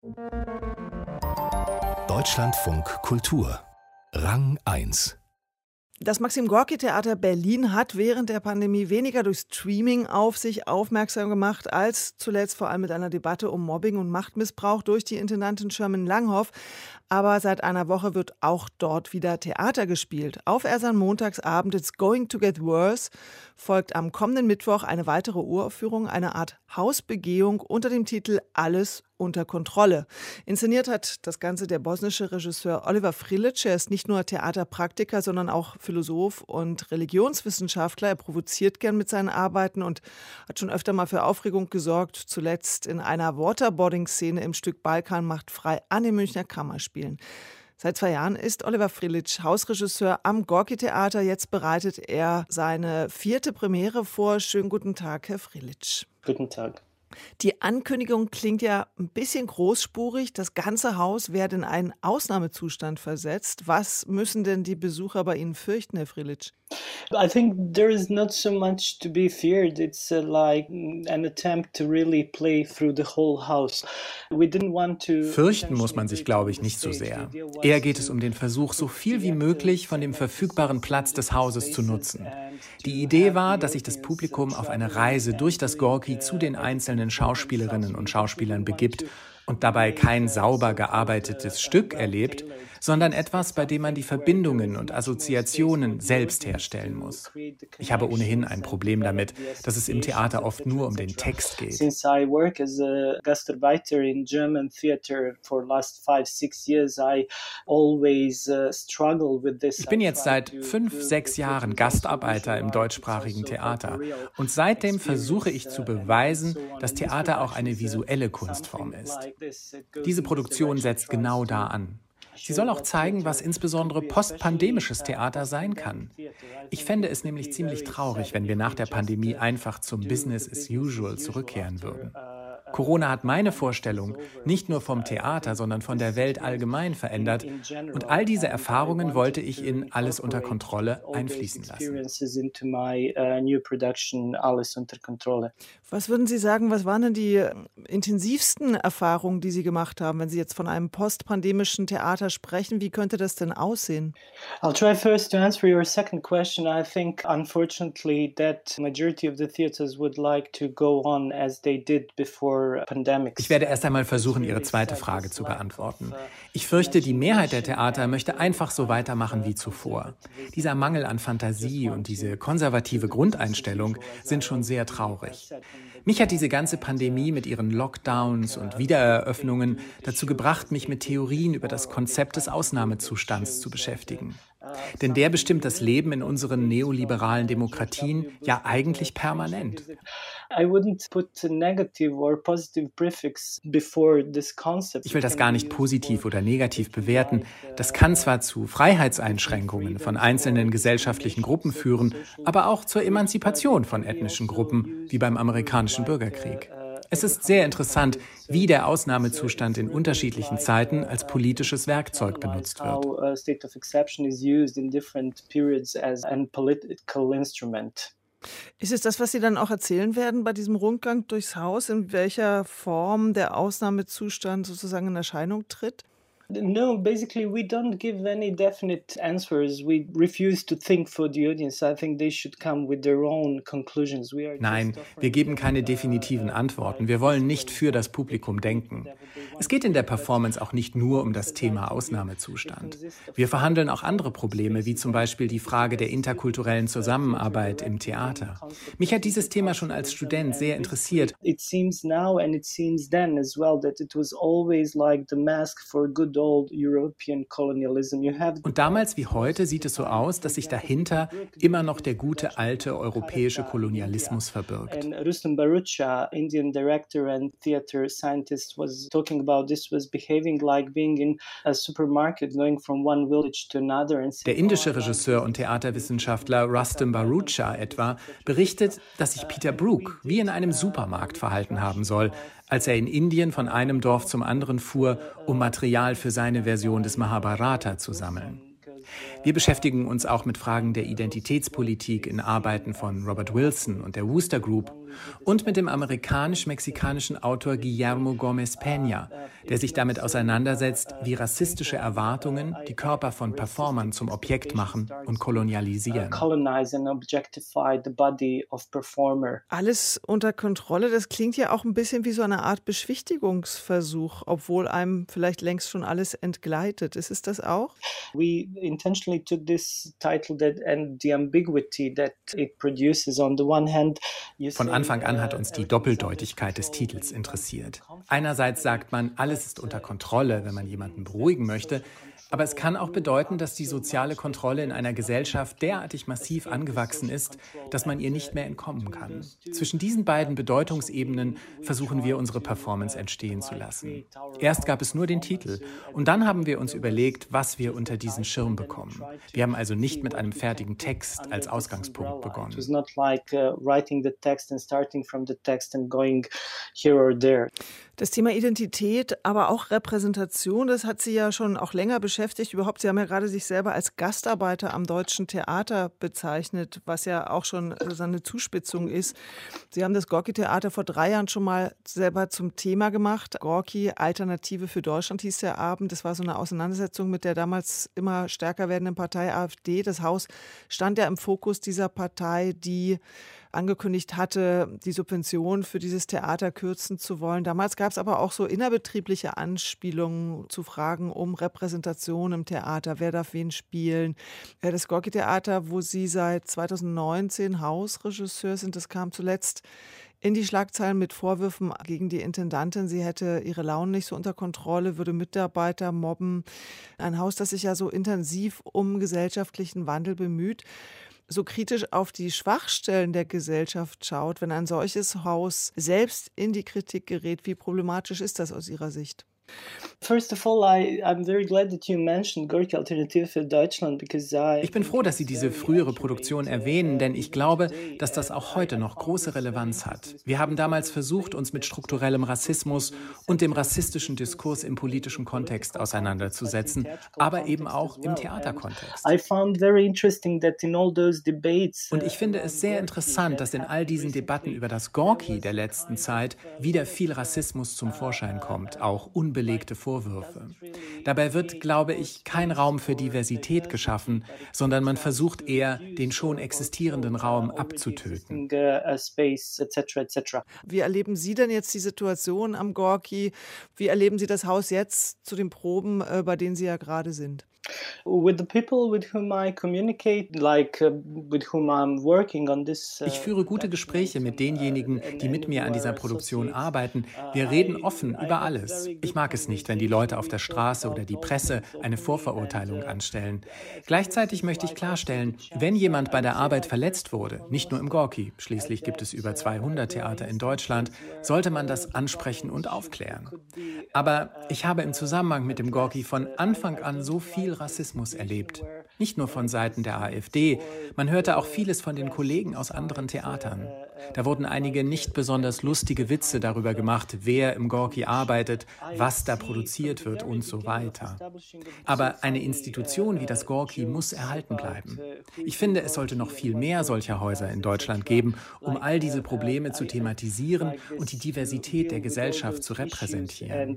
Deutschlandfunk Kultur Rang 1. Das Maxim-Gorki-Theater Berlin hat während der Pandemie weniger durch Streaming auf sich aufmerksam gemacht, als zuletzt vor allem mit einer Debatte um Mobbing und Machtmissbrauch durch die Intendantin Sherman Langhoff. Aber seit einer Woche wird auch dort wieder Theater gespielt. Auf Ersan Montagsabend It's Going to Get Worse folgt am kommenden Mittwoch eine weitere Uraufführung, eine Art Hausbegehung unter dem Titel Alles unter Kontrolle. Inszeniert hat das Ganze der bosnische Regisseur Oliver Frilic. Er ist nicht nur Theaterpraktiker, sondern auch Philosoph und Religionswissenschaftler. Er provoziert gern mit seinen Arbeiten und hat schon öfter mal für Aufregung gesorgt. Zuletzt in einer Waterboarding-Szene im Stück Balkan macht frei an den Münchner Kammerspielen. Seit 2 Jahren ist Oliver Frilic Hausregisseur am Gorki-Theater. Jetzt bereitet er seine 4. Premiere vor. Schönen guten Tag, Herr Frilic. Guten Tag. Die Ankündigung klingt ja ein bisschen großspurig. Das ganze Haus werde in einen Ausnahmezustand versetzt. Was müssen denn die Besucher bei Ihnen fürchten, Herr Frilic? I think there is not so much to be feared. It's like an attempt to really play through the whole house. We didn't want to. Fürchten muss man sich, glaube ich, nicht so sehr. Eher geht es um den Versuch, so viel wie möglich von dem verfügbaren Platz des Hauses zu nutzen. Die Idee war, dass sich das Publikum auf eine Reise durch das Gorki zu den einzelnen Schauspielerinnen und Schauspielern begibt und dabei kein sauber gearbeitetes Stück erlebt, sondern etwas, bei dem man die Verbindungen und Assoziationen selbst herstellen muss. Ich habe ohnehin ein Problem damit, dass es im Theater oft nur um den Text geht. Since I work as a Gastarbeiter in German theater for last 5-6 years, I always struggle with this. Ich bin jetzt seit 5-6 Jahren Gastarbeiter im deutschsprachigen Theater und seitdem versuche ich zu beweisen, dass Theater auch eine visuelle Kunstform ist. Diese Produktion setzt genau da an. Sie soll auch zeigen, was insbesondere postpandemisches Theater sein kann. Ich fände es nämlich ziemlich traurig, wenn wir nach der Pandemie einfach zum Business as usual zurückkehren würden. Corona hat meine Vorstellung nicht nur vom Theater, sondern von der Welt allgemein verändert. Und all diese Erfahrungen wollte ich in Alles unter Kontrolle einfließen lassen. Was würden Sie sagen, was waren denn die intensivsten Erfahrungen, die Sie gemacht haben, wenn Sie jetzt von einem postpandemischen Theater sprechen? Wie könnte das denn aussehen? I'll try first to answer your second question. I think, unfortunately, that majority of the theaters would like to go on as they did before. Ich werde erst einmal versuchen, Ihre zweite Frage zu beantworten. Ich fürchte, die Mehrheit der Theater möchte einfach so weitermachen wie zuvor. Dieser Mangel an Fantasie und diese konservative Grundeinstellung sind schon sehr traurig. Mich hat diese ganze Pandemie mit ihren Lockdowns und Wiedereröffnungen dazu gebracht, mich mit Theorien über das Konzept des Ausnahmezustands zu beschäftigen. Denn der bestimmt das Leben in unseren neoliberalen Demokratien ja eigentlich permanent. Ich will das gar nicht positiv oder negativ bewerten. Das kann zwar zu Freiheitseinschränkungen von einzelnen gesellschaftlichen Gruppen führen, aber auch zur Emanzipation von ethnischen Gruppen, wie beim amerikanischen Bürgerkrieg. Es ist sehr interessant, wie der Ausnahmezustand in unterschiedlichen Zeiten als politisches Werkzeug benutzt wird. Ist es das, was Sie dann auch erzählen werden bei diesem Rundgang durchs Haus, in welcher Form der Ausnahmezustand sozusagen in Erscheinung tritt? No, basically we don't give any definite answers. We refuse to think for the audience. I think they should come with their own conclusions. Nein, wir geben keine definitiven Antworten. Wir wollen nicht für das Publikum denken. Es geht in der Performance auch nicht nur um das Thema Ausnahmezustand. Wir verhandeln auch andere Probleme, wie zum Beispiel die Frage der interkulturellen Zusammenarbeit im Theater. Mich hat dieses Thema schon als Student sehr interessiert. It seems now and it seems then as well that it was always like the mask for good old European colonialism. Und damals wie heute sieht es so aus, dass sich dahinter immer noch der gute alte europäische Kolonialismus verbirgt. And Rustam Bharucha, Indian director and theater scientist, was talking about this was behaving like being in a supermarket, going from one village to another. Der indische Regisseur und Theaterwissenschaftler Rustam Bharucha etwa berichtet, dass sich Peter Brook wie in einem Supermarkt verhalten haben soll, als er in Indien von einem Dorf zum anderen fuhr, um Material für seine Version des Mahabharata zu sammeln. Wir beschäftigen uns auch mit Fragen der Identitätspolitik in Arbeiten von Robert Wilson und der Wooster Group und mit dem amerikanisch-mexikanischen Autor Guillermo Gómez Peña, der sich damit auseinandersetzt, wie rassistische Erwartungen die Körper von Performern zum Objekt machen und kolonialisieren. Alles unter Kontrolle, das klingt ja auch ein bisschen wie so eine Art Beschwichtigungsversuch, obwohl einem vielleicht längst schon alles entgleitet. Ist es das auch? We intentionally took this title and the ambiguity that it produces. On the one hand, Von Anfang an hat uns die Doppeldeutigkeit des Titels interessiert. Einerseits sagt man, alles ist unter Kontrolle, wenn man jemanden beruhigen möchte. Aber es kann auch bedeuten, dass die soziale Kontrolle in einer Gesellschaft derartig massiv angewachsen ist, dass man ihr nicht mehr entkommen kann. Zwischen diesen beiden Bedeutungsebenen versuchen wir, unsere Performance entstehen zu lassen. Erst gab es nur den Titel und dann haben wir uns überlegt, was wir unter diesen Schirm bekommen. Wir haben also nicht mit einem fertigen Text als Ausgangspunkt begonnen. Das Thema Identität, aber auch Repräsentation, das hat Sie ja schon auch länger beschäftigt. Überhaupt, Sie haben ja gerade sich selber als Gastarbeiter am Deutschen Theater bezeichnet, was ja auch schon so eine Zuspitzung ist. Sie haben das Gorki-Theater vor 3 Jahren schon mal selber zum Thema gemacht. Gorki, Alternative für Deutschland hieß der Abend. Das war so eine Auseinandersetzung mit der damals immer stärker werdenden Partei AfD. Das Haus stand ja im Fokus dieser Partei, die angekündigt hatte, die Subvention für dieses Theater kürzen zu wollen. Damals gab es aber auch so innerbetriebliche Anspielungen zu Fragen um Repräsentation im Theater. Wer darf wen spielen? Das Gorki-Theater, wo Sie seit 2019 Hausregisseur sind, das kam zuletzt in die Schlagzeilen mit Vorwürfen gegen die Intendantin. Sie hätte ihre Launen nicht so unter Kontrolle, würde Mitarbeiter mobben. Ein Haus, das sich ja so intensiv um gesellschaftlichen Wandel bemüht, so kritisch auf die Schwachstellen der Gesellschaft schaut, wenn ein solches Haus selbst in die Kritik gerät. Wie problematisch ist das aus Ihrer Sicht? First of all, I'm very glad that you mentioned Gorki Alternative für Deutschland because Ich bin froh, dass Sie diese frühere Produktion erwähnen, denn ich glaube, dass das auch heute noch große Relevanz hat. Wir haben damals versucht, uns mit strukturellem Rassismus und dem rassistischen Diskurs im politischen Kontext auseinanderzusetzen, aber eben auch im Theaterkontext. Und ich finde es sehr interessant, dass in all diesen Debatten über das Gorki der letzten Zeit wieder viel Rassismus zum Vorschein kommt, auch unbelegte Vorwürfe. Dabei wird, glaube ich, kein Raum für Diversität geschaffen, sondern man versucht eher, den schon existierenden Raum abzutöten. Wie erleben Sie denn jetzt die Situation am Gorki? Wie erleben Sie das Haus jetzt zu den Proben, bei denen Sie ja gerade sind? With the people with whom I communicate, with whom I'm working on this. Ich führe gute Gespräche mit denjenigen, die mit mir an dieser Produktion arbeiten. Wir reden offen über alles. Ich mag es nicht, wenn die Leute auf der Straße oder die Presse eine Vorverurteilung anstellen. Gleichzeitig möchte ich klarstellen, wenn jemand bei der Arbeit verletzt wurde, nicht nur im Gorki, schließlich gibt es über 200 Theater in Deutschland, sollte man das ansprechen und aufklären. Aber ich habe im Zusammenhang mit dem Gorki von Anfang an so viel Rassismus erlebt. Nicht nur von Seiten der AfD, man hörte auch vieles von den Kollegen aus anderen Theatern. Da wurden einige nicht besonders lustige Witze darüber gemacht, wer im Gorki arbeitet, was da produziert wird und so weiter. Aber eine Institution wie das Gorki muss erhalten bleiben. Ich finde, es sollte noch viel mehr solcher Häuser in Deutschland geben, um all diese Probleme zu thematisieren und die Diversität der Gesellschaft zu repräsentieren.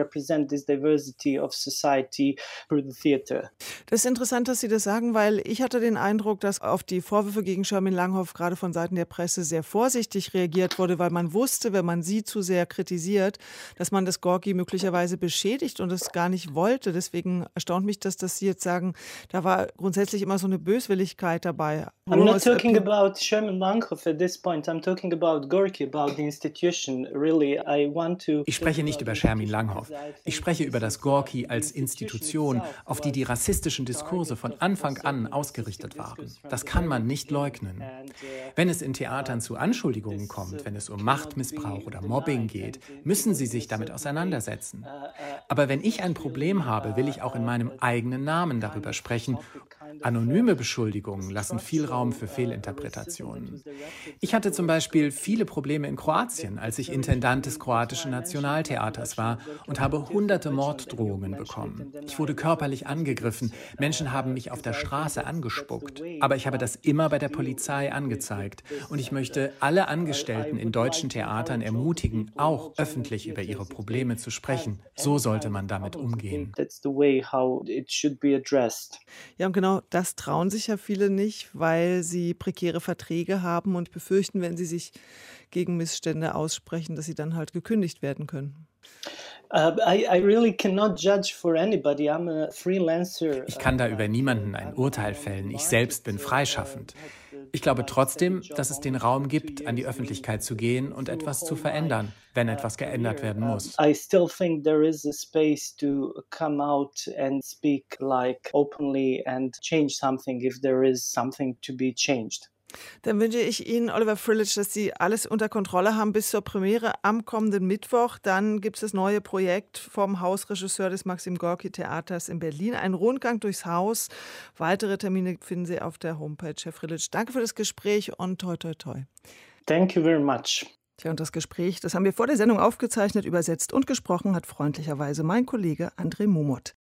Das ist interessant, dass Sie das sagen, weil ich hatte den Eindruck, dass auf die Vorwürfe gegen Schermin Langhoff gerade von Seiten der Presse sehr vorsichtig reagiert wurde, weil man wusste, wenn man sie zu sehr kritisiert, dass man das Gorki möglicherweise beschädigt und es gar nicht wollte. Deswegen erstaunt mich, dass Sie jetzt sagen, da war grundsätzlich immer so eine Böswilligkeit dabei. I'm not talking about Sherman Langhoff at this point. I'm talking about Gorki, about the institution. Really, I want to. Ich spreche nicht über Schermin Langhoff. Ich spreche über das Gorki als Institution, auf die rassistischen Diskurse von Anfang an ausgerichtet waren. Das kann man nicht leugnen. Wenn es in Theatern zu Anschuldigungen kommt, wenn es um Machtmissbrauch oder Mobbing geht, müssen sie sich damit auseinandersetzen. Aber wenn ich ein Problem habe, will ich auch in meinem eigenen Namen darüber sprechen Anonyme Beschuldigungen lassen viel Raum für Fehlinterpretationen. Ich hatte zum Beispiel viele Probleme in Kroatien, als ich Intendant des kroatischen Nationaltheaters war und habe hunderte Morddrohungen bekommen. Ich wurde körperlich angegriffen, Menschen haben mich auf der Straße angespuckt. Aber ich habe das immer bei der Polizei angezeigt. Und ich möchte alle Angestellten in deutschen Theatern ermutigen, auch öffentlich über ihre Probleme zu sprechen. So sollte man damit umgehen. Ja, und genau das trauen sich ja viele nicht, weil sie prekäre Verträge haben und befürchten, wenn sie sich gegen Missstände aussprechen, dass sie dann halt gekündigt werden können. Ich kann da über niemanden ein Urteil fällen. Ich selbst bin freischaffend. Ich glaube trotzdem, dass es den Raum gibt, an die Öffentlichkeit zu gehen und etwas zu verändern, wenn etwas geändert werden muss. I still think there is a space to come out and speak like openly and change something if there is something to be changed. Dann wünsche ich Ihnen, Oliver Frljić, dass Sie alles unter Kontrolle haben bis zur Premiere am kommenden Mittwoch. Dann gibt es das neue Projekt vom Hausregisseur des Maxim Gorki Theaters in Berlin. Ein Rundgang durchs Haus. Weitere Termine finden Sie auf der Homepage. Herr Frljić, danke für das Gespräch und toi, toi, toi. Thank you very much. Tja, und das Gespräch, das haben wir vor der Sendung aufgezeichnet, übersetzt und gesprochen hat freundlicherweise mein Kollege André Mumot.